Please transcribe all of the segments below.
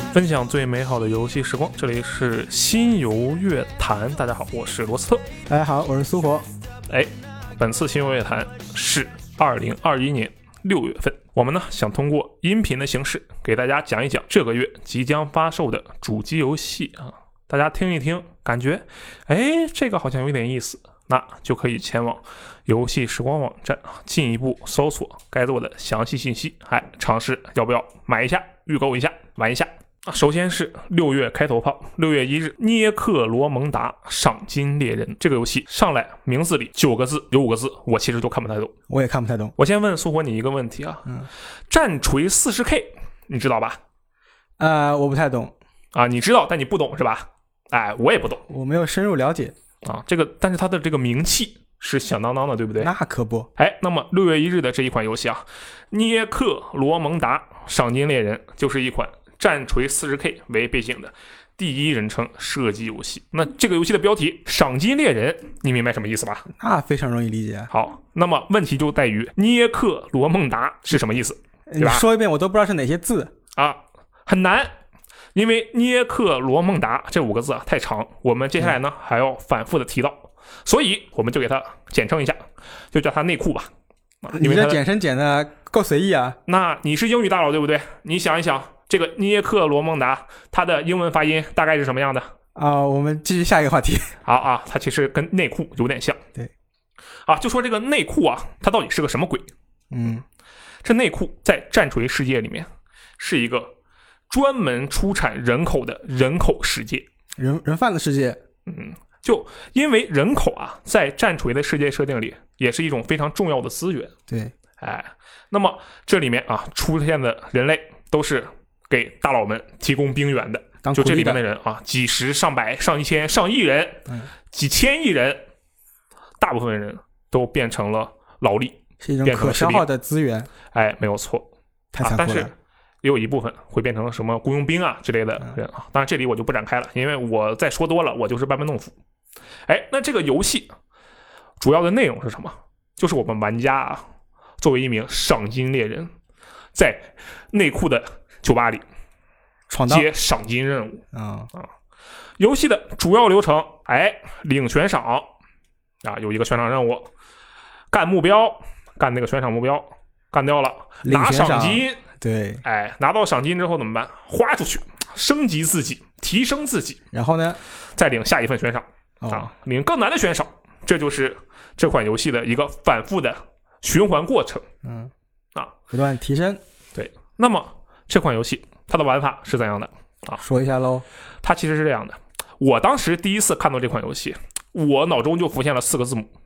分享最美好的游戏时光，这里是新游乐坛。大家好，我是罗斯特。 大家好，我是苏活。 本次新游乐坛是2021年6月份，我们呢想通过音频的形式给大家讲一讲这个月即将发售的主机游戏啊，大家听一听，感觉这个好像有点意思，那就可以前往游戏时光网站进一步搜索该作的详细信息，尝试要不要买一下、预购一下、玩一下。首先是6月开头炮，6月1日，涅克罗蒙达赏金猎人这个游戏上来名字里9个字有5个字，我其实都看不太懂。 我也看不太懂。 我先问苏活你一个问题啊，战锤 40K 你知道吧？ 我不太懂啊，你知道但你不懂是吧？我也不懂， 我没有深入了解啊。但是它的这个名气是响当当的，对不对？ 那可不。 那么6月1日的这一款游戏啊，涅克罗蒙达赏金猎人就是一款战锤 40K 为背景的第一人称射击游戏。那这个游戏的标题赏金猎人，你明白什么意思吧？ 那非常容易理解。 好，那么问题就在于涅克罗蒙达是什么意思？ 你说一遍我都不知道是哪些字啊，很难。因为涅克罗蒙达这5个字太长，我们接下来呢还要反复的提到，所以我们就给它简称一下，就叫它内裤吧。 你这简称简的够随意啊。 那你是英语大佬对不对？你想一想，这个涅克罗蒙达它的英文发音大概是什么样的我们继续下一个话题。 好它其实跟内裤有点像。 对就说这个内裤它到底是个什么鬼？这内裤在战锤世界里面是一个专门出产人口的人口世界， 人贩子世界。 就因为人口在战锤的世界设定里也是一种非常重要的资源。 对， 那么这里面出现的人类都是给大佬们提供兵源的，就这里面的人几十、上百、上一千、上亿人，几千亿人，大部分人都变成了劳力， 是一种可消耗的资源。 没有错， 太残酷了。 但是也有一部分会变成什么雇佣兵之类的人当然这里我就不展开了，因为我再说多了我就是班门弄斧。那这个游戏主要的内容是什么？就是我们玩家作为一名赏金猎人，在内裤的酒吧里接赏金任务。游戏的主要流程，领悬赏有一个悬赏任务，干目标，干那个悬赏目标，干掉了拿赏金。 对， 拿到赏金之后怎么办？花出去，升级自己，提升自己， 然后呢， 再领下一份悬赏领更难的悬赏。这就是这款游戏的一个反复的循环过程。 不断提升。 对，那么这款游戏它的玩法是怎样的说一下喽。 它其实是这样的，我当时第一次看到这款游戏，我脑中就浮现了4个字母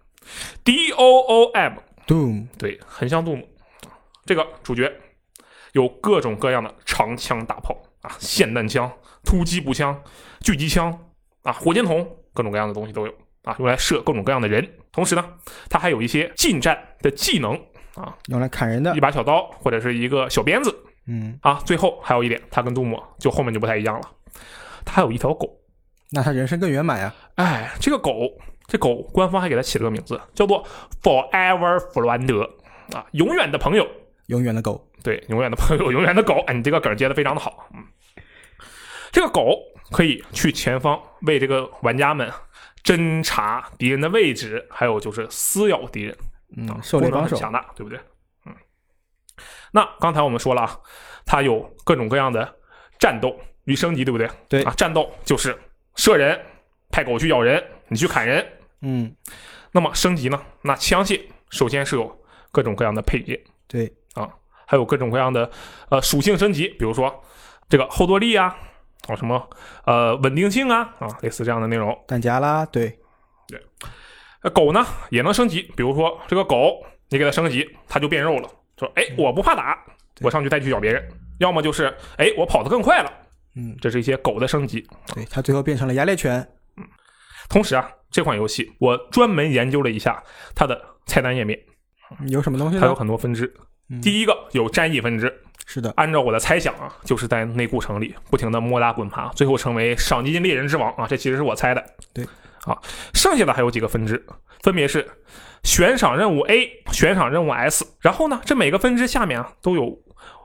DOOM。 Doom。 对，很像 Doom。 这个主角有各种各样的长枪大炮霰弹枪、突击步枪、狙击枪火箭筒，各种各样的东西都有用来射各种各样的人。同时呢，它还有一些近战的技能用来砍人的， 一把小刀或者是一个小鞭子。最后还有一点，它跟杜牧就后面就不太一样了，它还有一条狗。 那它人生更圆满呀。 这狗官方还给它起了个名字，叫做 Forever 弗兰德永远的朋友， 永远的狗。 对，永远的朋友，永远的狗。你这个梗接得非常的好。这个狗可以去前方为这个玩家们侦查敌人的位置，还有就是撕咬敌人。 狩猎帮手强大，对不对？那刚才我们说了它有各种各样的战斗与升级，对不对？ 对战斗就是射人，派狗去咬人，你去砍人。那么升级呢？那枪械首先是有各种各样的配件。 对还有各种各样的属性升级，比如说这个后坐力什么稳定性类似这样的内容。 弹夹啦，对。 狗呢也能升级，比如说这个狗你给它升级，它就变肉了，说我不怕打，我上去再去咬别人。要么就是我跑得更快了。这是一些狗的升级。 对，它最后变成了牙猎犬。 同时这款游戏我专门研究了一下它的菜单页面， 有什么东西呢？ 它有很多分支。第一个有战役分支， 是的， 按照我的猜想就是在内裤城里不停的摸打滚爬，最后成为赏金猎人之王这其实是我猜的。 对剩下的还有几个分支，分别是悬赏任务 A、悬赏任务 S， 然后呢这每个分支下面都有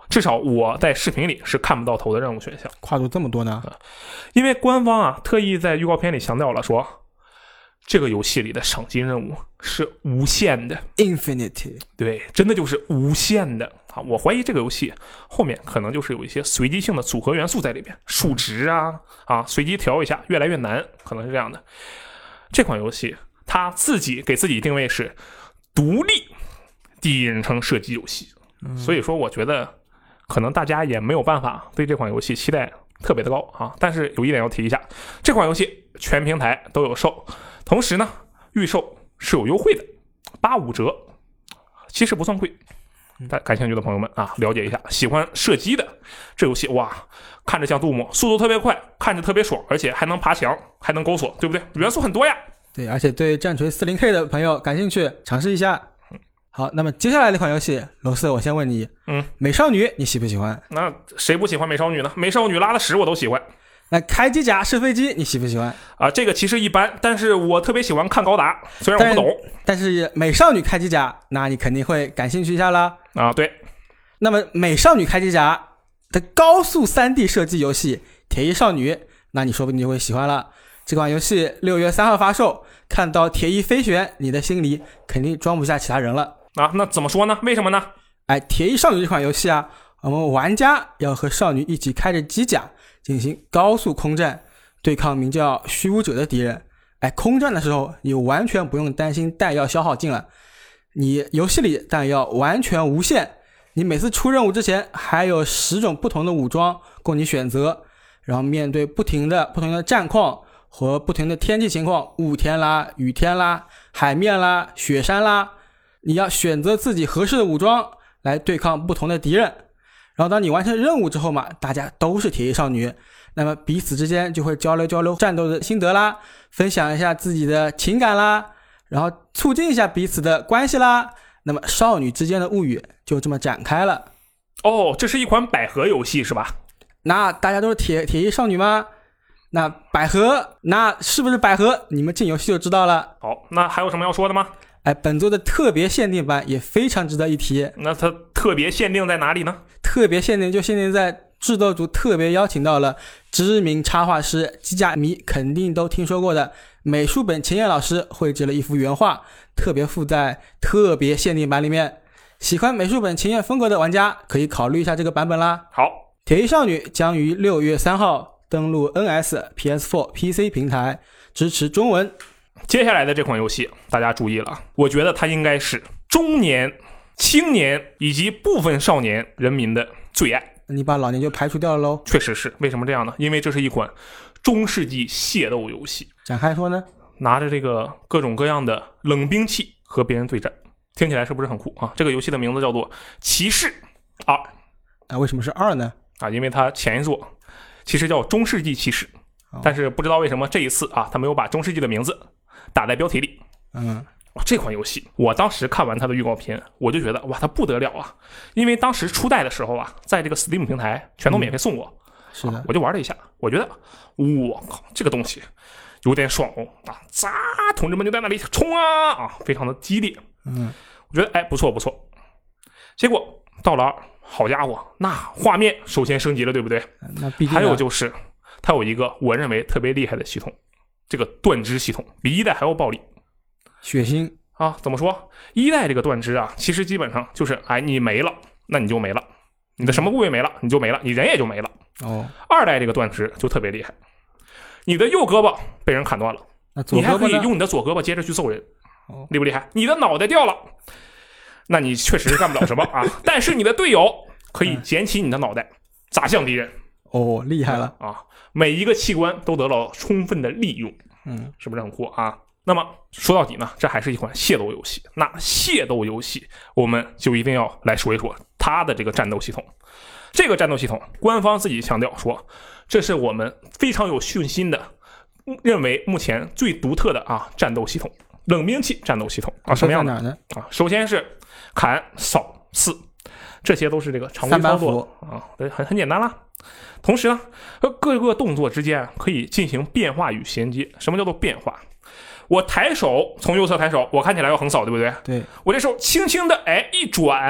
至少我在视频里是看不到头的任务选项。 跨度这么多呢？ 因为官方啊特意在预告片里强调了说，这个游戏里的赏金任务是无限的 ，Infinity， 对，真的就是无限的啊！我怀疑这个游戏后面可能就是有一些随机性的组合元素在里边，数值啊随机调一下，越来越难，可能是这样的。这款游戏它自己给自己定位是独立第一人称射击游戏，所以说我觉得可能大家也没有办法对这款游戏期待特别的高啊。但是有一点要提一下，这款游戏全平台都有售，同时呢预售是有优惠的，85折，其实不算贵。感兴趣的朋友们啊，了解一下。喜欢射击的这游戏，哇，看着像杜牧，速度特别快，看着特别爽，而且还能爬墙，还能钩索，对不对？元素很多呀。 对，而且对战锤 40K 的朋友感兴趣，尝试一下。好，那么接下来这款游戏，罗斯，我先问你，美少女你喜不喜欢？ 那谁不喜欢美少女呢？美少女拉的屎我都喜欢。 那开机甲射飞机你喜不喜欢？ 啊，这个其实一般，但是我特别喜欢看高达，虽然我不懂。 但是美少女开机甲，那你肯定会感兴趣一下啦。 啊，对。 那么美少女开机甲的高速 3D 射击游戏《铁翼少女》，那你说不定就会喜欢了。这款游戏6月3号发售，看到铁翼飞旋，你的心里肯定装不下其他人了。 啊，那怎么说呢？为什么呢？ 铁翼少女这款游戏啊，我们玩家要和少女一起开着机甲进行高速空战，对抗名叫虚无者的敌人。空战的时候你完全不用担心弹药消耗尽了，你游戏里弹药完全无限，你每次出任务之前还有10种不同的武装供你选择，然后面对不同的战况和不同的天气情况，雾天啦、雨天啦、海面啦、雪山啦，你要选择自己合适的武装来对抗不同的敌人。然后当你完成任务之后嘛，大家都是铁翼少女，那么彼此之间就会交流战斗的心得啦，分享一下自己的情感啦，然后促进一下彼此的关系啦，那么少女之间的物语就这么展开了。 哦，这是一款百合游戏是吧？ 那大家都是铁翼少女吗？那百合，那是不是百合？你们进游戏就知道了。 好，那还有什么要说的吗？ 本作的特别限定版也非常值得一提。 那它特别限定在哪里呢？ 特别限定就限定在制作组特别邀请到了知名插画师，机甲迷肯定都听说过的美术本晴彦老师绘制了一幅原画，特别附在特别限定版里面。喜欢美术本晴彦风格的玩家可以考虑一下这个版本啦。 好， 铁翼少女将于6月3号登陆 NS、PS4、PC 平台，支持中文。 接下来的这款游戏大家注意了，我觉得它应该是中年、青年以及部分少年人民的最爱。 你把老年就排除掉了咯。 确实是，为什么这样呢？因为这是一款中世纪械斗游戏。 展开说呢， 拿着这个各种各样的冷兵器和别人对战，听起来是不是很酷啊？这个游戏的名字叫做骑士2。 为什么是2呢？ 因为它前一作其实叫中世纪骑士，但是不知道为什么这一次他没有把中世纪的名字打在标题里。这款游戏我当时看完它的预告片，我就觉得哇，它不得了啊！因为当时初代的时候在这个 Steam 平台全都免费送我， 是的， 我就玩了一下，我觉得我靠，这个东西有点爽同志们就在那里冲非常的激烈。我觉得不错。结果到了2，好家伙，那画面首先升级了，对不对？ 那必定。 还有就是它有一个我认为特别厉害的系统，这个断肢系统比1代还要暴力血腥怎么说？1代这个断肢其实基本上就是你没了那你就没了，你的什么部位没了你就没了，你人也就没了。2代这个断肢就特别厉害，你的右胳膊被人砍断了，你还可以用你的左胳膊接着去揍人，厉不厉害？你的脑袋掉了，那你确实是干不了什么但是你的队友可以捡起你的脑袋砸向敌人。 厉害了每一个器官都得到充分的利用，是不是很酷那么说到底呢，这还是一款械斗游戏。那械斗游戏我们就一定要来说一说它的这个战斗系统。这个战斗系统官方自己强调说，这是我们非常有信心的，认为目前最独特的战斗系统，冷兵器战斗系统什么样的呢？ 首先是砍、扫、刺，这些都是这个常规操作很简单啦。同时呢，各个动作之间可以进行变化与衔接。什么叫做变化？我抬手，从右侧抬手，我看起来要横扫，对不对？ 对， 我这手轻轻的一转，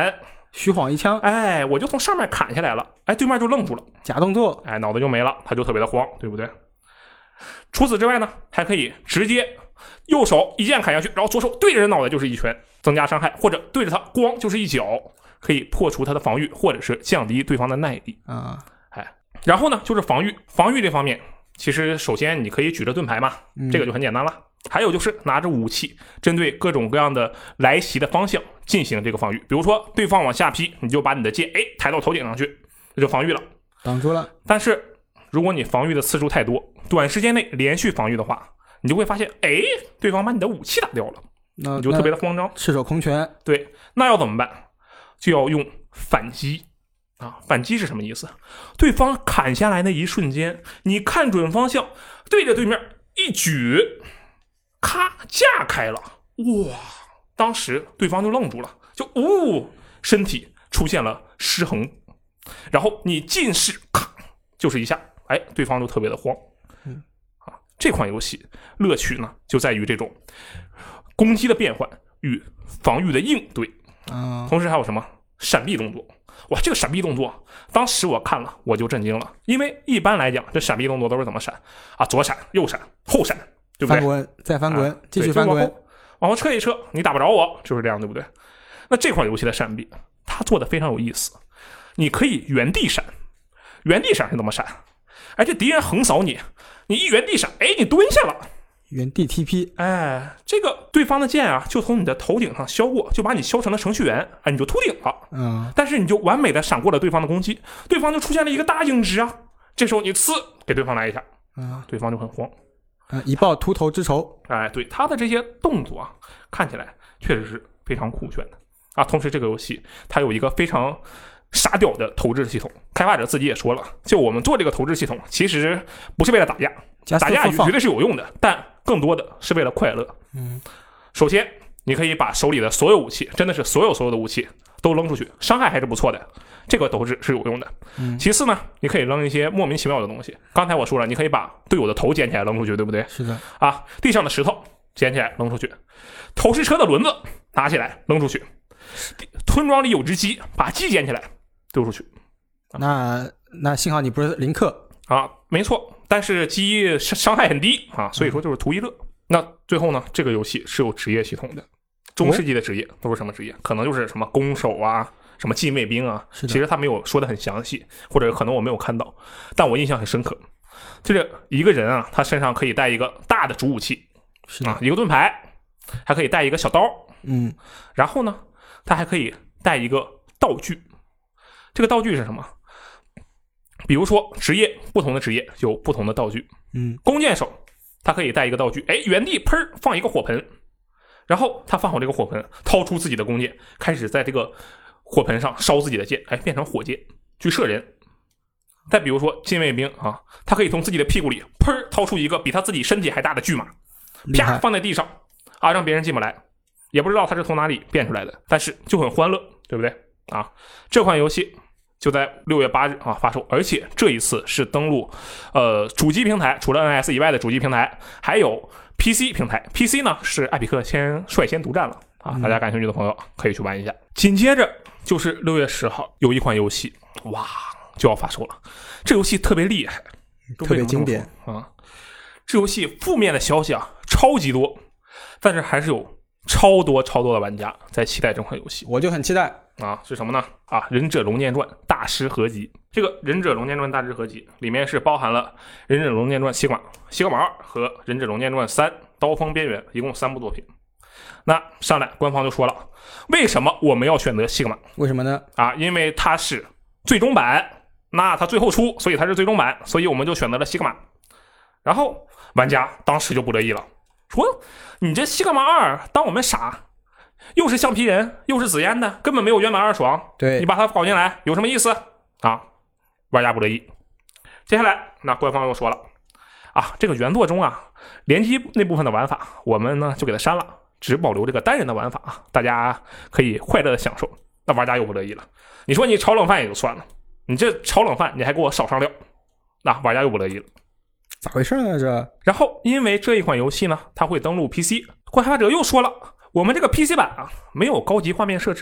虚晃一枪， 哎，我就从上面砍下来了，哎，对面就愣住了， 假动作， 哎，脑子就没了，他就特别的慌，对不对？除此之外呢，还可以直接右手一剑砍下去，然后左手对着人脑袋就是一拳，增加伤害，或者对着他咣就是一脚，可以破除他的防御，或者是降低对方的耐力啊。 哎，然后呢就是防御这方面，其实首先你可以举着盾牌嘛，这个就很简单了。还有就是拿着武器，针对各种各样的来袭的方向进行这个防御。比如说对方往下劈，你就把你的剑抬到头顶上去，这就防御了， 挡住了。 但是如果你防御的次数太多，短时间内连续防御的话，你就会发现，对方把你的武器打掉了，你就特别的慌张， 赤手空拳。 对，那要怎么办？就要用反击啊！反击是什么意思？对方砍下来那一瞬间，你看准方向，对着对面一举，咔架开了，哇！当时对方就愣住了，就身体出现了失衡，然后你近视，咔就是一下，对方就特别的慌。这款游戏乐趣呢，就在于这种攻击的变换与防御的应对。同时还有什么闪避动作？哇，这个闪避动作，当时我看了我就震惊了，因为一般来讲，这闪避动作都是怎么闪啊？左闪、右闪、后闪，对不对？ 翻滚，再翻滚，继续翻滚， 往后撤一撤，你打不着我，就是这样，对不对？那这款游戏的闪避，它做的非常有意思，你可以原地闪，原地闪是怎么闪？这敌人横扫你，你一原地闪，你蹲下了。 原地 TP， 这个对方的剑啊，就从你的头顶上削过，就把你削成了程序员，你就秃顶了。但是你就完美的闪过了对方的攻击，对方就出现了一个大影子啊。这时候你给对方来一下，对方就很慌， 以报秃头之仇。 对他的这些动作啊，看起来确实是非常酷炫的啊。同时，这个游戏它有一个非常傻屌的投掷系统，开发者自己也说了，就我们做这个投掷系统，其实不是为了打架，打架绝对是有用的，但更多的是为了快乐。首先你可以把手里的所有武器，真的是所有的武器都扔出去，伤害还是不错的，这个投掷是有用的。其次呢，你可以扔一些莫名其妙的东西，刚才我说了，你可以把队友的头捡起来扔出去，对不对？ 是的啊，地上的石头捡起来扔出去，投石车的轮子拿起来扔出去，村庄里有只鸡，把鸡捡起来丢出去。 那幸好你不是林克啊，没错，但是鸡伤害很低啊，所以说就是图一乐。那最后呢，这个游戏是有职业系统的，中世纪的职业都是什么职业？可能就是什么弓手啊，什么禁卫兵啊。其实他没有说的很详细，或者可能我没有看到，但我印象很深刻。就是一个人啊，他身上可以带一个大的主武器，一个盾牌，还可以带一个小刀，然后呢，他还可以带一个道具。这个道具是什么？比如说不同的职业有不同的道具。弓箭手他可以带一个道具，原地砰放一个火盆，然后他放好这个火盆，掏出自己的弓箭，开始在这个火盆上烧自己的箭，变成火箭去射人。再比如说禁卫兵啊，他可以从自己的屁股里砰掏出一个比他自己身体还大的巨马，啪放在地上啊，让别人进不来，也不知道他是从哪里变出来的，但是就很欢乐，对不对啊？这款游戏就在6月8日发售，而且这一次是登陆主机平台，除了 NS 以外的主机平台，还有 PC 平台。PC 呢是艾比克率先独占了啊，大家感兴趣的朋友可以去玩一下。紧接着就是6月10号有一款游戏，哇，就要发售了。这游戏特别厉害， 特别经典啊！这游戏负面的消息超级多，但是还是有超多的玩家在期待这款游戏。 我就很期待是什么呢？忍者龙剑传大师合集。这个忍者龙剑传大师合集里面是包含了忍者龙剑传西格玛2和忍者龙剑传3刀锋边缘，一共3部作品。那上来官方就说了，为什么我们要选择西格玛？ 为什么呢？ 因为它是最终版，那它最后出，所以它是最终版，所以我们就选择了西格玛。然后玩家当时就不乐意了，说你这西格玛2当我们傻，又是橡皮人又是紫烟的，根本没有原版2爽， 对， 你把它搞进来有什么意思啊？玩家不乐意。接下来那官方又说了这个原作中联机那部分的玩法我们呢就给它删了，只保留这个单人的玩法大家可以快乐的享受。那玩家又不乐意了，你说你炒冷饭也就算了，你这炒冷饭你还给我少上料，那玩家又不乐意了， 咋回事呢这？ 然后因为这一款游戏呢它会登陆 PC， 开发者又说了，我们这个 PC 版没有高级画面设置，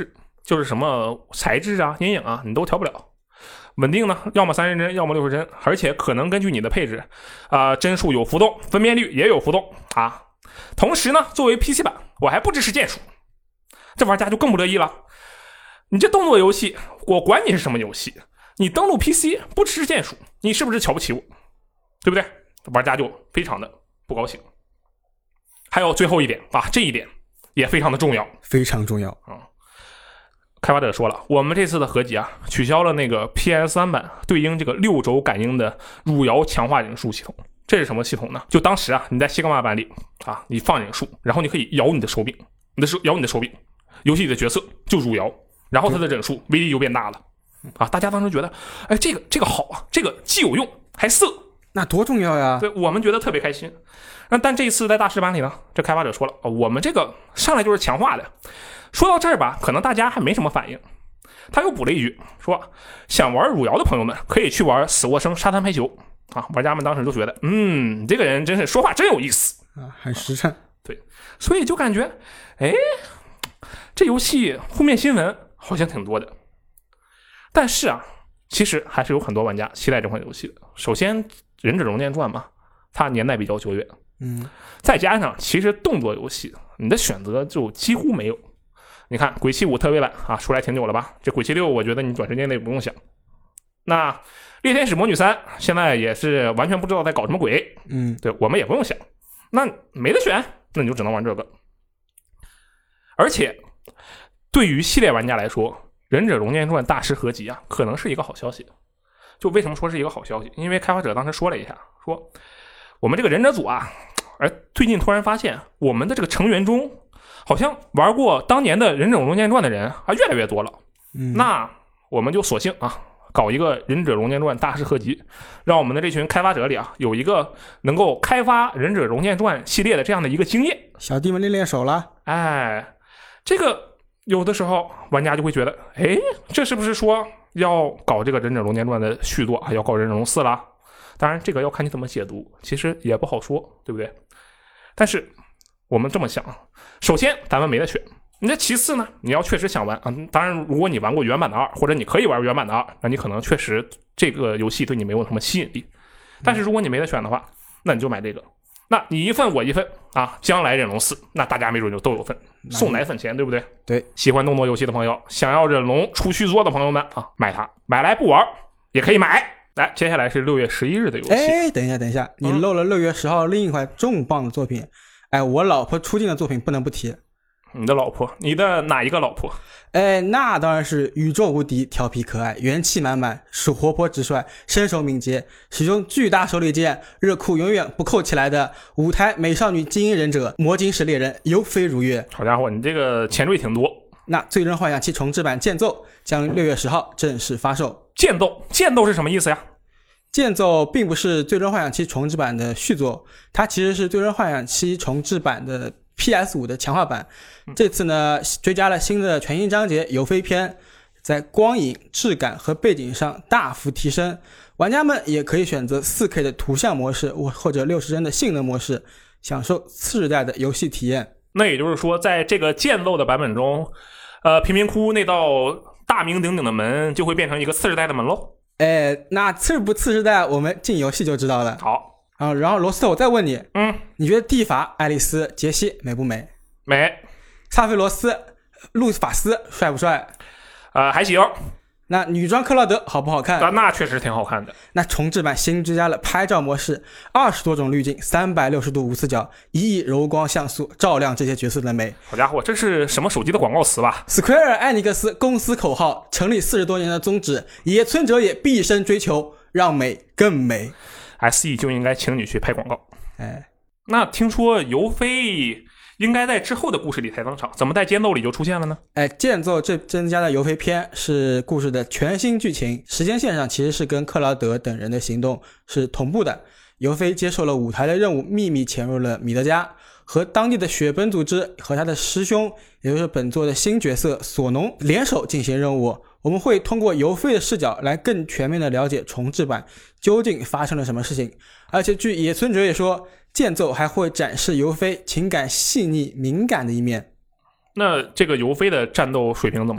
就是什么材质啊、阴影啊，你都调不了。稳定呢，要么30帧，要么60帧，而且可能根据你的配置，帧数有浮动，分辨率也有浮动啊。同时呢，作为 PC 版，我还不支持键鼠，这玩家就更不乐意了。你这动作游戏，我管你是什么游戏，你登录 PC 不支持键鼠，你是不是瞧不起我？对不对？玩家就非常的不高兴。还有最后一点啊，这一点也非常的重要， 非常重要啊。开发者说了，我们这次的合集啊，取消了那个 PS3 版对应这个6轴感应的汝窑强化忍术系统。这是什么系统呢？就当时啊，你在西格玛版里啊，你放忍术，然后你可以摇你的手柄，摇你的手柄，游戏里的角色就汝窑，然后它的忍术威力就变大了啊！大家当时觉得，哎，这个好啊，这个既有用还色， 那多重要呀！ 对，我们觉得特别开心。但这一次在大师版里呢，这开发者说了，我们这个上来就是强化的。说到这儿吧，可能大家还没什么反应。他又补了一句，说想玩汝窑的朋友们可以去玩死沃生沙滩排球啊！玩家们当时就觉得，这个人真是说话真有意思啊，很实诚。 对，所以就感觉，哎，这游戏负面新闻好像挺多的。但是啊，其实还是有很多玩家期待这款游戏的。首先，《忍者龙剑传》嘛，它年代比较久远，再加上其实动作游戏你的选择就几乎没有。你看《鬼泣5特别版》啊，出来挺久了吧？这《鬼泣6》我觉得你短时间内不用想。那《猎天使魔女3》现在也是完全不知道在搞什么鬼，对，我们也不用想。那没得选，那你就只能玩这个。而且对于系列玩家来说，《忍者龙剑传》大师合集啊，可能是一个好消息。就为什么说是一个好消息？因为开发者当时说了一下，说我们这个忍者组啊，最近突然发现我们的这个成员中，好像玩过当年的《忍者龙剑传》的人啊越来越多了。那我们就索性啊，搞一个《忍者龙剑传》大师合集，让我们的这群开发者里啊，有一个能够开发《忍者龙剑传》系列的这样的一个经验， 小弟们练练手了。 哎，这个有的时候玩家就会觉得，哎，这是不是说要搞这个《忍者龙剑传》的续作啊，要搞《忍者龙4》了？当然，这个要看你怎么解读，其实也不好说，对不对？但是我们这么想，首先咱们没得选，那其次呢，你要确实想玩啊，当然如果你玩过原版的2，或者你可以玩原版的2，那你可能确实这个游戏对你没有什么吸引力。但是如果你没得选的话，那你就买这个，那你一份我一份啊，将来忍龙4，那大家没准就都有份，送奶粉钱，对不对？ 对， 喜欢动作游戏的朋友，想要忍龙出续作的朋友们啊，买它，买来不玩也可以买。来，接下来是6月11日的游戏。 哎，等一下，你漏了6月10号另一款重磅的作品。哎，我老婆出镜的作品不能不提。 你的老婆？你的哪一个老婆？ 哎，那当然是宇宙无敌、调皮可爱、元气满满、是活泼直率、身手敏捷、使用巨大手里剑、热裤永远不扣起来的舞台美少女精英忍者魔晶石猎人游飞如月。 好家伙，你这个前缀挺多。 那最终幻想7重制版剑奏将6月10号正式发售。 剑斗是什么意思呀？ 剑奏并不是最终幻想7重制版的续作，它其实是最终幻想7重制版的 PS5 的强化版。这次呢，追加了新的全新章节游飞篇，在光影、质感和背景上大幅提升。玩家们也可以选择 4K 的图像模式或者60帧的性能模式，享受次世代的游戏体验。 那也就是说，在这个剑奏的版本中，贫民窟那道大名鼎鼎的门就会变成一个次世代的门喽。 那次不次世代，我们进游戏就知道了。 好啊，然后罗斯特，我再问你，你觉得蒂法、爱丽丝、杰西美不美？ 美。 萨菲罗斯、路法斯帅不帅？ 还行。 那女装克劳德好不好看？ 那确实挺好看的。 那重制版新追加了拍照模式，20多种滤镜，360度无死角，1亿柔光像素，照亮这些角色的美。 好家伙，这是什么手机的广告词吧？ Square 艾尼克斯公司口号，成立40多年的宗旨，野村哲也毕生追求让美更美。 SE 就应该请你去拍广告。那听说游飞应该在之后的故事里才登场，怎么在剑奏里就出现了呢？ 剑奏这增加的游飞篇是故事的全新剧情，时间线上其实是跟克劳德等人的行动是同步的。游飞接受了舞台的任务，秘密潜入了米德加，和当地的雪崩组织和他的师兄，也就是本作的新角色索农联手进行任务。我们会通过游飞的视角来更全面的了解重制版究竟发生了什么事情。而且据野村哲也说，剑奏还会展示游飞情感细腻敏感的一面。 那这个游飞的战斗水平怎么样？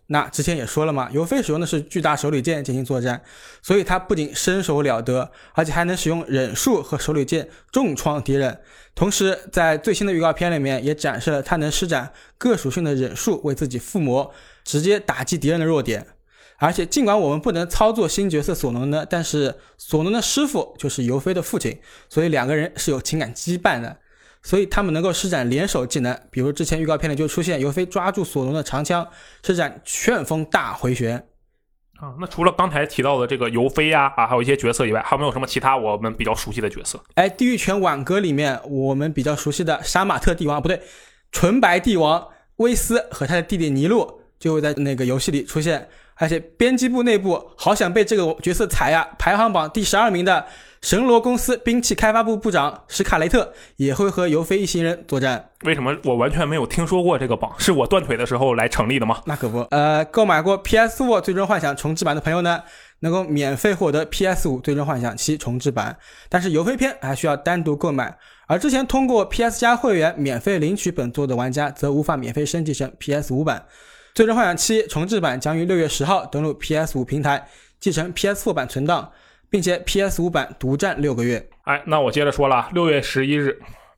那之前也说了嘛，尤菲使用的是巨大手里剑进行作战，所以他不仅身手了得，而且还能使用忍术和手里剑重创敌人。同时在最新的预告片里面也展示了他能施展各属性的忍术为自己附魔，直接打击敌人的弱点。而且尽管我们不能操作新角色索农呢，但是索农的师傅就是尤菲的父亲，所以两个人是有情感羁绊的，所以他们能够施展联手技能，比如之前预告片里就出现尤菲抓住索农的长枪施展旋风大回旋。 那除了刚才提到的这个尤菲啊，还有一些角色以外，还有没有什么其他我们比较熟悉的角色？ 地狱犬挽歌里面我们比较熟悉的杀马特帝王，不对，纯白帝王威斯和他的弟弟尼禄就会在那个游戏里出现。而且编辑部内部好想被这个角色踩呀，排行榜第12名的神罗公司兵器开发部部长史卡雷特也会和尤菲一行人作战。 为什么我完全没有听说过这个榜？是我断腿的时候来成立的吗？ 那可不，购买过 PS4 最终幻想重置版的朋友呢，能够免费获得 PS5 最终幻想7重置版，但是尤菲篇还需要单独购买，而之前通过 PS 加会员免费领取本作的玩家则无法免费升级成 PS5 版。最终幻想7重置版将于6月10号登陆 PS5 平台，继承 PS4 版存档，并且 PS5 版独占6个月。 那我接着说了，6月11日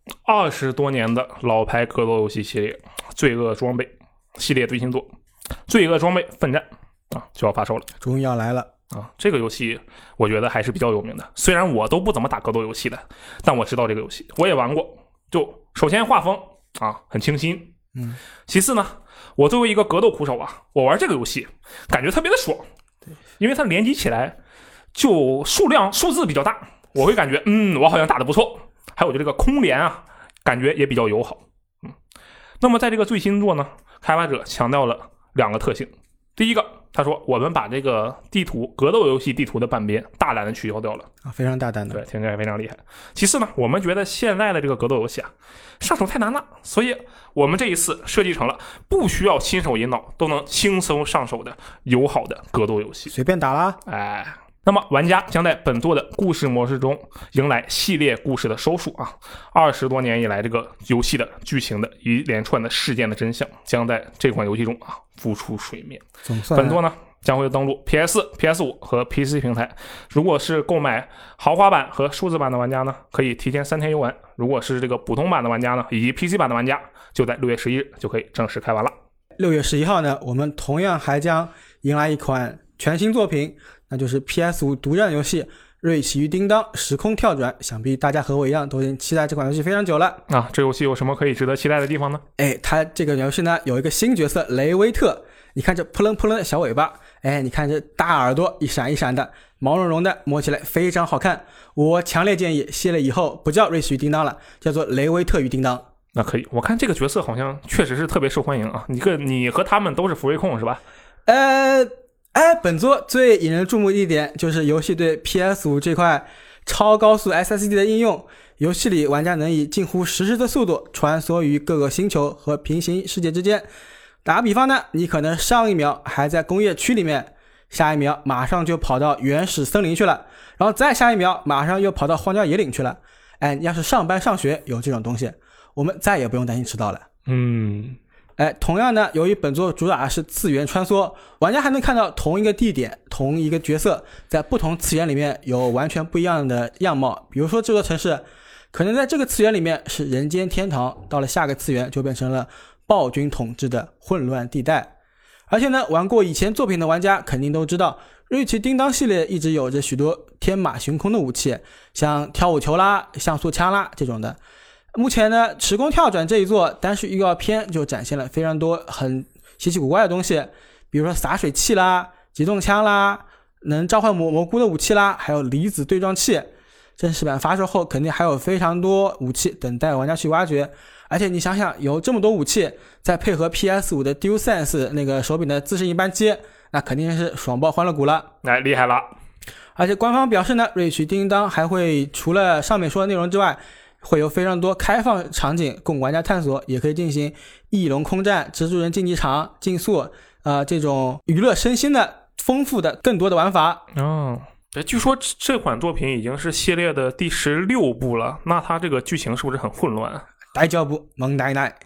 ，20多年的老牌格斗游戏系列罪恶装备系列最新作罪恶装备奋战就要发售了， 终于要来了这个游戏我觉得还是比较有名的，虽然我都不怎么打格斗游戏的，但我知道这个游戏，我也玩过。就首先画风很清新，其次呢，我作为一个格斗苦手我玩这个游戏感觉特别的爽，因为它联机起来就数字比较大，我会感觉我好像打得不错，还有就这个空连感觉也比较友好。那么在这个最新作呢，开发者强调了2个特性。第一个，他说我们把这个地图格斗游戏地图的半边大胆的取消掉了非常大胆的， 对，听起来非常厉害。其次呢，我们觉得现在的这个格斗游戏上手太难了，所以我们这一次设计成了不需要新手引导都能轻松上手的友好的格斗游戏， 随便打啦。 那么玩家将在本作的故事模式中迎来系列故事的收束20多年以来这个游戏的剧情的一连串的事件的真相将在这款游戏中浮出水面。本作呢将会登陆 PS4、PS5 和 PC 平台，如果是购买豪华版和数字版的玩家呢，可以提前3天游玩，如果是这个普通版的玩家呢，以及 PC 版的玩家，就在6月11日就可以正式开玩了。 6月11号呢，我们同样还将迎来一款全新作品，那就是 PS5 独占游戏《瑞奇与叮当时空跳转》，想必大家和我一样都已经期待这款游戏非常久了这游戏有什么可以值得期待的地方呢？ 它这个游戏呢有一个新角色雷维特，你看这扑棱扑棱的小尾巴，你看这大耳朵一闪一闪的，毛茸茸的，摸起来非常好看。我强烈建议系列以后不叫瑞奇与叮当了，叫做雷维特与叮当。 那可以，我看这个角色好像确实是特别受欢迎你和他们都是福瑞控是吧？ 本作最引人注目的一点就是游戏对 PS5 这块超高速 SSD 的应用，游戏里玩家能以近乎实时的速度穿梭于各个星球和平行世界之间。打个比方呢，你可能上一秒还在工业区里面，下一秒马上就跑到原始森林去了，然后再下一秒马上又跑到荒郊野岭去了。要是上班上学有这种东西，我们再也不用担心迟到了。同样呢，由于本作主打是次元穿梭，玩家还能看到同一个地点、同一个角色在不同次元里面有完全不一样的样貌。比如说这座城市可能在这个次元里面是人间天堂，到了下个次元就变成了暴君统治的混乱地带。而且呢，玩过以前作品的玩家肯定都知道，瑞奇叮当系列一直有着许多天马行空的武器，像跳舞球啦、像素枪啦这种的。目前呢，时空跳转这一座单是预告片就展现了非常多很稀奇古怪的东西，比如说洒水器啦、机动枪啦、能召唤蘑菇的武器啦，还有离子对撞器。正式版发售后肯定还有非常多武器等待玩家去挖掘。而且你想想，有这么多武器，再配合 PS5 的 DualSense 那个手柄的自适应扳机，那肯定是爽爆欢乐谷了。 厉害了。 而且官方表示呢，瑞奇叮当还会除了上面说的内容之外，会有非常多开放场景供玩家探索，也可以进行翼龙空战、蜘蛛人竞技场、竞速这种娱乐身心的丰富的更多的玩法。 据说这款作品已经是系列的第16部了，那它这个剧情是不是很混乱？ 大丈夫問題ない。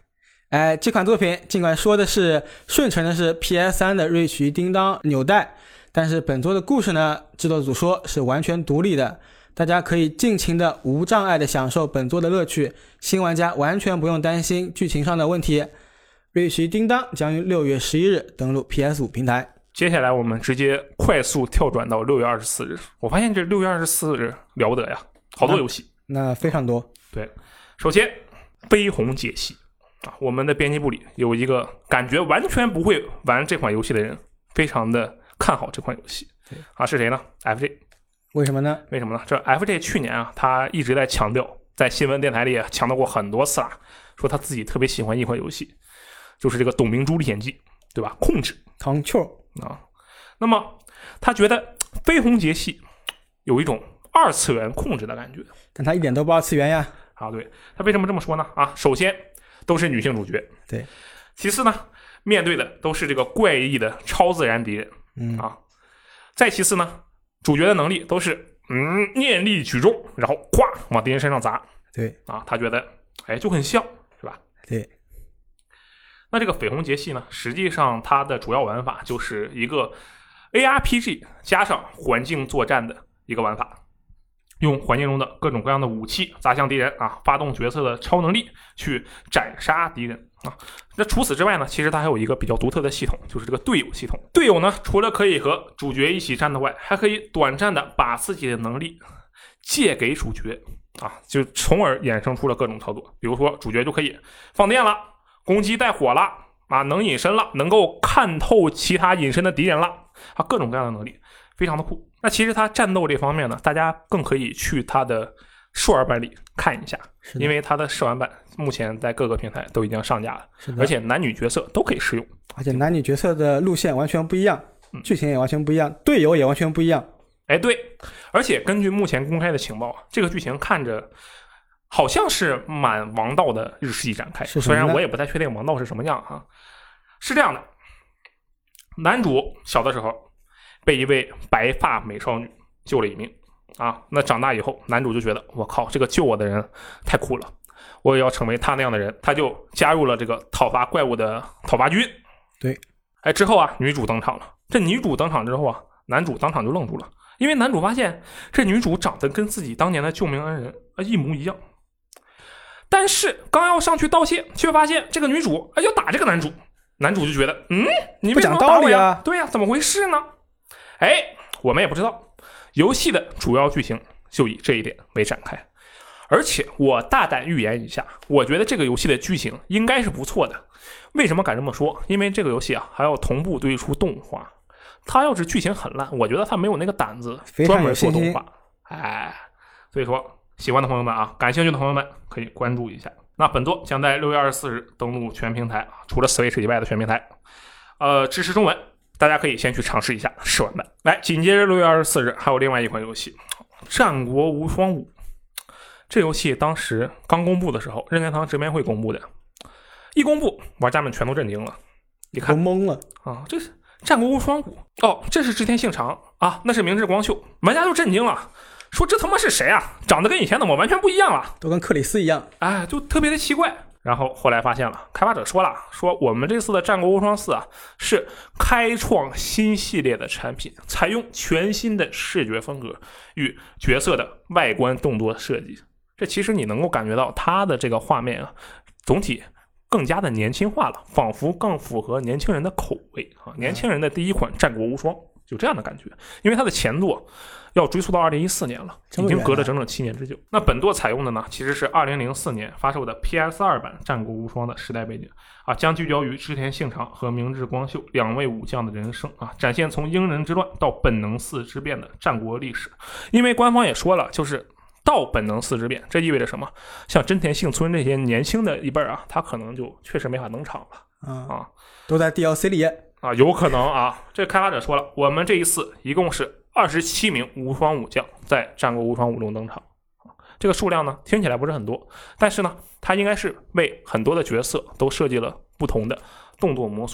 这款作品尽管说的是顺承的是 PS3 的瑞奇叮当纽带，但是本作的故事呢，制作组说是完全独立的，大家可以尽情的无障碍的享受本作的乐趣，新玩家完全不用担心剧情上的问题。瑞奇叮当将于6月11日登陆 PS5 平台。 接下来我们直接快速跳转到6月24日，我发现这6月24日了不得呀，好多游戏， 那非常多。 对，首先绯红解析我们的编辑部里有一个感觉完全不会玩这款游戏的人，非常的看好这款游戏是谁呢？ FJ。 为什么呢？ 这 FJ 去年他一直在强调，在新闻电台里强调过很多次说他自己特别喜欢一款游戏，就是这个《董明珠历险记》，对吧？控制 Control 那么他觉得绯红节系有一种二次元控制的感觉， 但他一点都不二次元呀。 对，他为什么这么说呢？首先都是女性主角， 对。 其次呢，面对的都是这个怪异的超自然敌人，再其次呢，主角的能力都是念力举重，然后咵往敌人身上砸， 对他觉得就很像，是吧？ 对。 那这个绯红节系呢，实际上它的主要玩法就是一个 ARPG 加上环境作战的一个玩法，用环境中的各种各样的武器砸向敌人发动角色的超能力去斩杀敌人那除此之外呢，其实它还有一个比较独特的系统，就是这个队友系统。队友呢，除了可以和主角一起战斗外，还可以短暂的把自己的能力借给主角就从而衍生出了各种操作。比如说主角就可以放电了，攻击带火了能隐身了，能够看透其他隐身的敌人了各种各样的能力，非常的酷。那其实它战斗这方面呢，大家更可以去它的试玩版里看一下，因为它的试玩版目前在各个平台都已经上架了，而且男女角色都可以使用， 而且男女角色的路线完全不一样，剧情也完全不一样，队友也完全不一样。 对，而且根据目前公开的情报这个剧情看着好像是满王道的日系展开，虽然我也不太确定王道是什么样是这样的，男主小的时候被一位白发美少女救了一命那长大以后，男主就觉得我靠，这个救我的人太酷了，我也要成为他那样的人，他就加入了这个讨伐怪物的讨伐军。 对， 之后女主登场了。这女主登场之后男主当场就愣住了，因为男主发现这女主长得跟自己当年的救命恩人一模一样，但是刚要上去道谢，却发现这个女主要打这个男主。男主就觉得你为什么要打我呀？对呀，怎么回事呢？我们也不知道。游戏的主要剧情就以这一点为展开，而且我大胆预言一下，我觉得这个游戏的剧情应该是不错的。为什么敢这么说？因为这个游戏还要同步推出动画，它要是剧情很烂，我觉得它没有那个胆子专门做动画。所以说喜欢的朋友们感兴趣的朋友们可以关注一下。那本作将在6月24日登陆全平台，除了 Switch 以外的全平台，支持中文，大家可以先去尝试一下试玩版。来，紧接着6月24日还有另外一款游戏《战国无双5》。这游戏当时刚公布的时候，任天堂直面会公布的，一公布玩家们全都震惊了，一看懵了这是《战国无双5》这是织田信长那是明智光秀，玩家就震惊了，说这他妈是谁长得跟以前怎么完全不一样了， 都跟克里斯一样就特别的奇怪。然后后来发现了，开发者说我们这次的《战国无双4》是开创新系列的产品，采用全新的视觉风格与角色的外观动作设计。这其实你能够感觉到它的这个画面总体更加的年轻化了，仿佛更符合年轻人的口味年轻人的第一款《战国无双》就这样的感觉，因为它的前作要追溯到2014年了，已经隔了整整7年之久。那本作采用的呢，其实是2004年发售的 PS2 版《战国无双》的时代背景将聚焦于织田信长和明智光秀两位武将的人生展现从鹰人之乱到本能寺之变的战国历史。因为官方也说了，就是到本能寺之变，这意味着什么？像真田幸村这些年轻的一辈他可能就确实没法登场了都在 DLC 里有可能这开发者说了，我们这一次一共是27名无双武将在战国无双5中登场。这个数量呢听起来不是很多，但是呢它应该是为很多的角色都设计了不同的动作模组。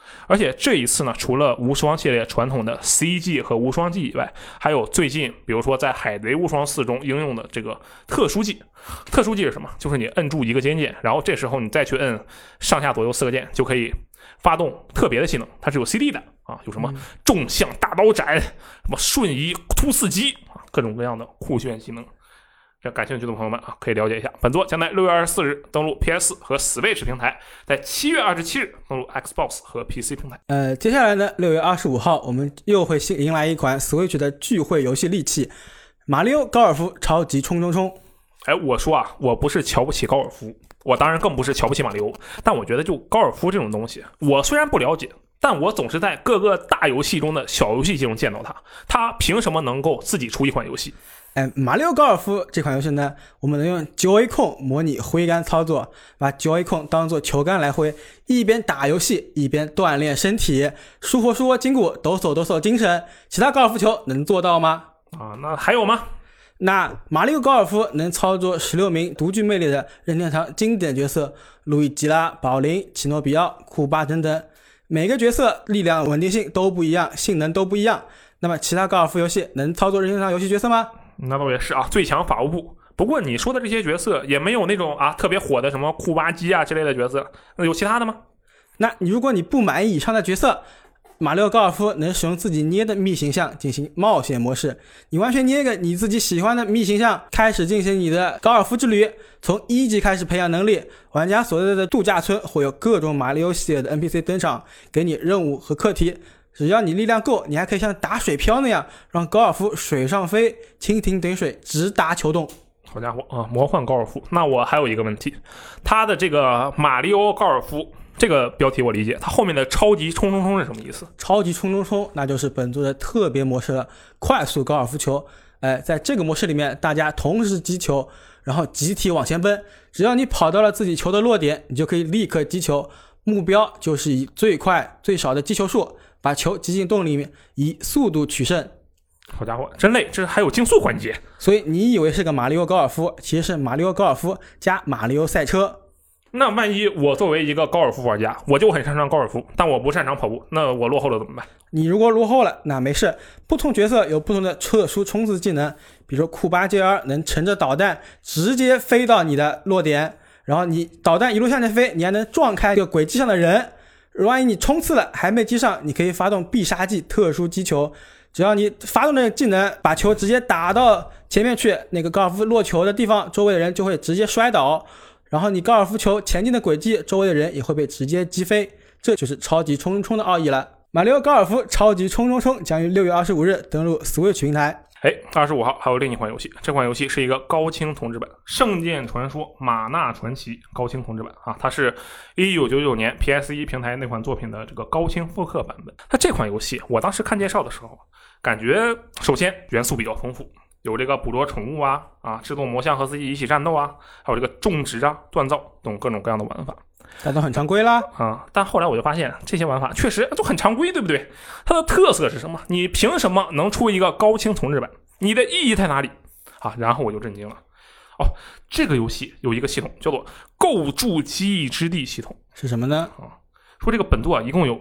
而且这一次呢，除了无双系列传统的 CG 和无双技以外，还有最近比如说在海贼无双4中应用的这个特殊技。特殊技是什么？就是你摁住一个键键，然后这时候你再去摁上下左右4个键，就可以发动特别的技能。它是有 CD 的啊，有什么纵向大刀斩、什么瞬移突刺击啊，各种各样的酷炫技能。这感兴趣的朋友们啊，可以了解一下。本作将在6月24日登陆 PS 和 Switch 平台，在7月27日登陆 Xbox 和 PC 平台。 接下来呢，6月25号我们又会迎来一款 Switch 的聚会游戏利器——马里奥高尔夫超级冲冲冲。 我说啊，我不是瞧不起高尔夫，我当然更不是瞧不起马里奥，但我觉得就高尔夫这种东西，我虽然不了解，但我总是在各个大游戏中的小游戏中见到它凭什么能够自己出一款游戏？ 马里奥高尔夫这款游戏呢，我们能用 Joy-Con 模拟挥杆操作，把 Joy-Con 当作球杆来挥，一边打游戏一边锻炼身体，舒活筋骨，抖擞精神。其他高尔夫球能做到吗？ 那还有吗？ 那马里奥高尔夫能操作16名独具魅力的任天堂经典角色，路易吉拉、宝林、奇诺比奥、库巴等等，每个角色力量稳定性都不一样，性能都不一样。那么其他高尔夫游戏能操作任天堂游戏角色吗？ 那倒也是啊，最强法务部。不过你说的这些角色也没有那种特别火的什么库巴基之类的角色，那有其他的吗？ 那如果你不满意以上的角色，马里奥高尔夫能使用自己捏的密形象进行冒险模式，你完全捏个你自己喜欢的密形象，开始进行你的高尔夫之旅。从1级开始培养能力，玩家所在的度假村会有各种马里奥系列的 NPC 登场，给你任务和课题。只要你力量够，你还可以像打水漂那样让高尔夫水上飞，蜻蜓点水，直达球洞。 好家伙啊，魔幻高尔夫。那我还有一个问题，它的这个马里奥高尔夫这个标题我理解，它后面的超级冲冲冲是什么意思？ 超级冲冲冲那就是本作的特别模式了，快速高尔夫球。在这个模式里面，大家同时击球，然后集体往前奔，只要你跑到了自己球的落点，你就可以立刻击球，目标就是以最快最少的击球数把球击进洞里面，以速度取胜。 好家伙，真累，这还有竞速环节。 所以你以为是个马里奥高尔夫，其实是马里奥高尔夫加马里奥赛车。 那万一我作为一个高尔夫玩家，我就很擅长高尔夫，但我不擅长跑步，那我落后了怎么办？ 你如果落后了，那没事，不同角色有不同的特殊冲刺技能，比如说库巴 JR 能乘着导弹直接飞到你的落点，然后你导弹一路向前飞，你还能撞开这个轨迹上的人。万一你冲刺了还没击上，你可以发动必杀技特殊击球，只要你发动这个技能，把球直接打到前面去，那个高尔夫落球的地方，周围的人就会直接摔倒，然后你高尔夫球前进的轨迹，周围的人也会被直接击飞。这就是超级冲冲冲的奥义了。马里奥高尔夫超级冲冲冲将于6月25日登陆 Switch 平台。 25号还有另一款游戏，这款游戏是一个高清同志版《圣剑传说：玛纳传奇》高清同志版啊，它是1999年 PS1 平台那款作品的这个高清复刻版本。它这款游戏我当时看介绍的时候，感觉首先元素比较丰富，有这个捕捉宠物制作魔像和自己一起战斗还有这个种植锻造等各种各样的玩法。 但都很常规啦但后来我就发现这些玩法确实都很常规，对不对？它的特色是什么？你凭什么能出一个高清同志版？你的意义在哪里然后我就震惊了。这个游戏有一个系统叫做构筑记忆之地系统。 是什么呢？ 说这个本作一共有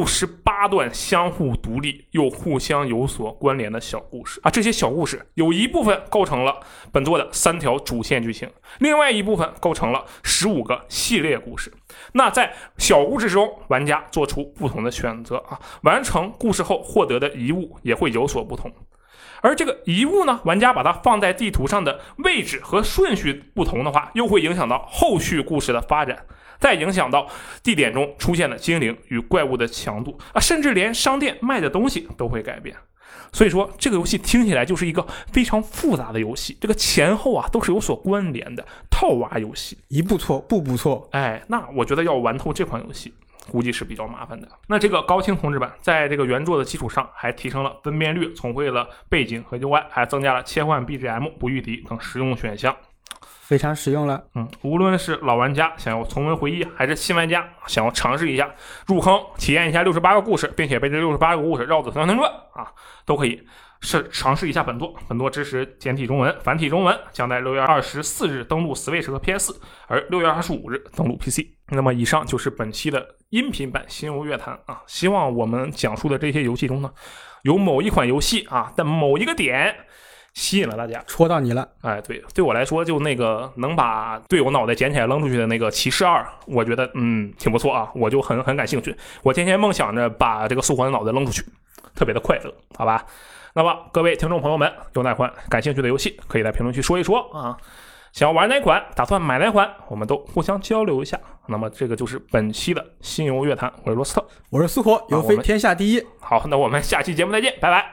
68段相互独立又互相有所关联的小故事这些小故事有一部分构成了本作的3条主线剧情，另外一部分构成了15个系列故事。那在小故事中，玩家做出不同的选择完成故事后获得的遗物也会有所不同。而这个遗物呢，玩家把它放在地图上的位置和顺序不同的话，又会影响到后续故事的发展，再影响到地点中出现的精灵与怪物的强度甚至连商店卖的东西都会改变。所以说这个游戏听起来就是一个非常复杂的游戏，这个前后都是有所关联的套娃游戏， 一步错步步错。 那我觉得要玩透这款游戏估计是比较麻烦的。那这个高清同志版在这个原作的基础上还提升了分辨率，重绘了背景和 UI， 还增加了切换 BGM 不遇敌等实用选项， 非常实用了。 无论是老玩家想要重温回忆，还是新玩家想要尝试一下入坑体验一下68个故事，并且被这68个故事绕子团团转都可以尝试一下本作。本作支持简体中文、繁体中文，将在6月24日登陆 Switch 和 PS， 而6月25日登陆 PC。那么以上就是本期的音频版新游乐坛啊，希望我们讲述的这些游戏中呢，有某一款游戏啊的某一个点吸引了大家， 戳到你了。 哎，对我来说，就那个能把队友脑袋捡起来扔出去的那个骑士2，我觉得挺不错啊，我就很感兴趣。我天天梦想着把这个素环的脑袋扔出去，特别的快乐，好吧？那么各位听众朋友们，有哪款感兴趣的游戏，可以在评论区说一说啊。想要玩哪款，打算买哪款，我们都互相交流一下。那么这个就是本期的新游乐坛，我是罗斯特， 我是苏活，游飞天下第一。 好，那我们下期节目再见，拜拜。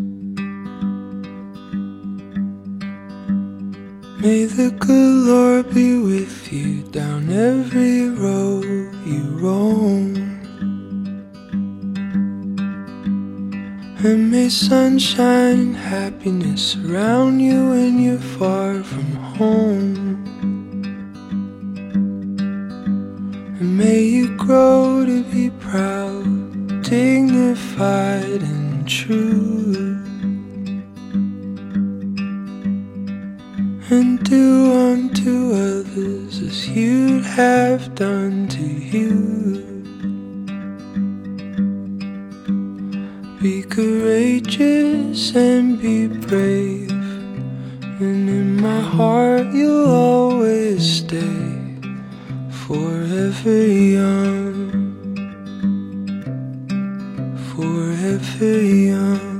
May the good Lord be with you down every road you roam, and may sunshine and happiness surround you when you're far from home, and may you grow to be proud, dignified and true, and do unto others as you'd have done to you. Be courageous and be brave, and in my heart you'll always stay, forever young, forever young.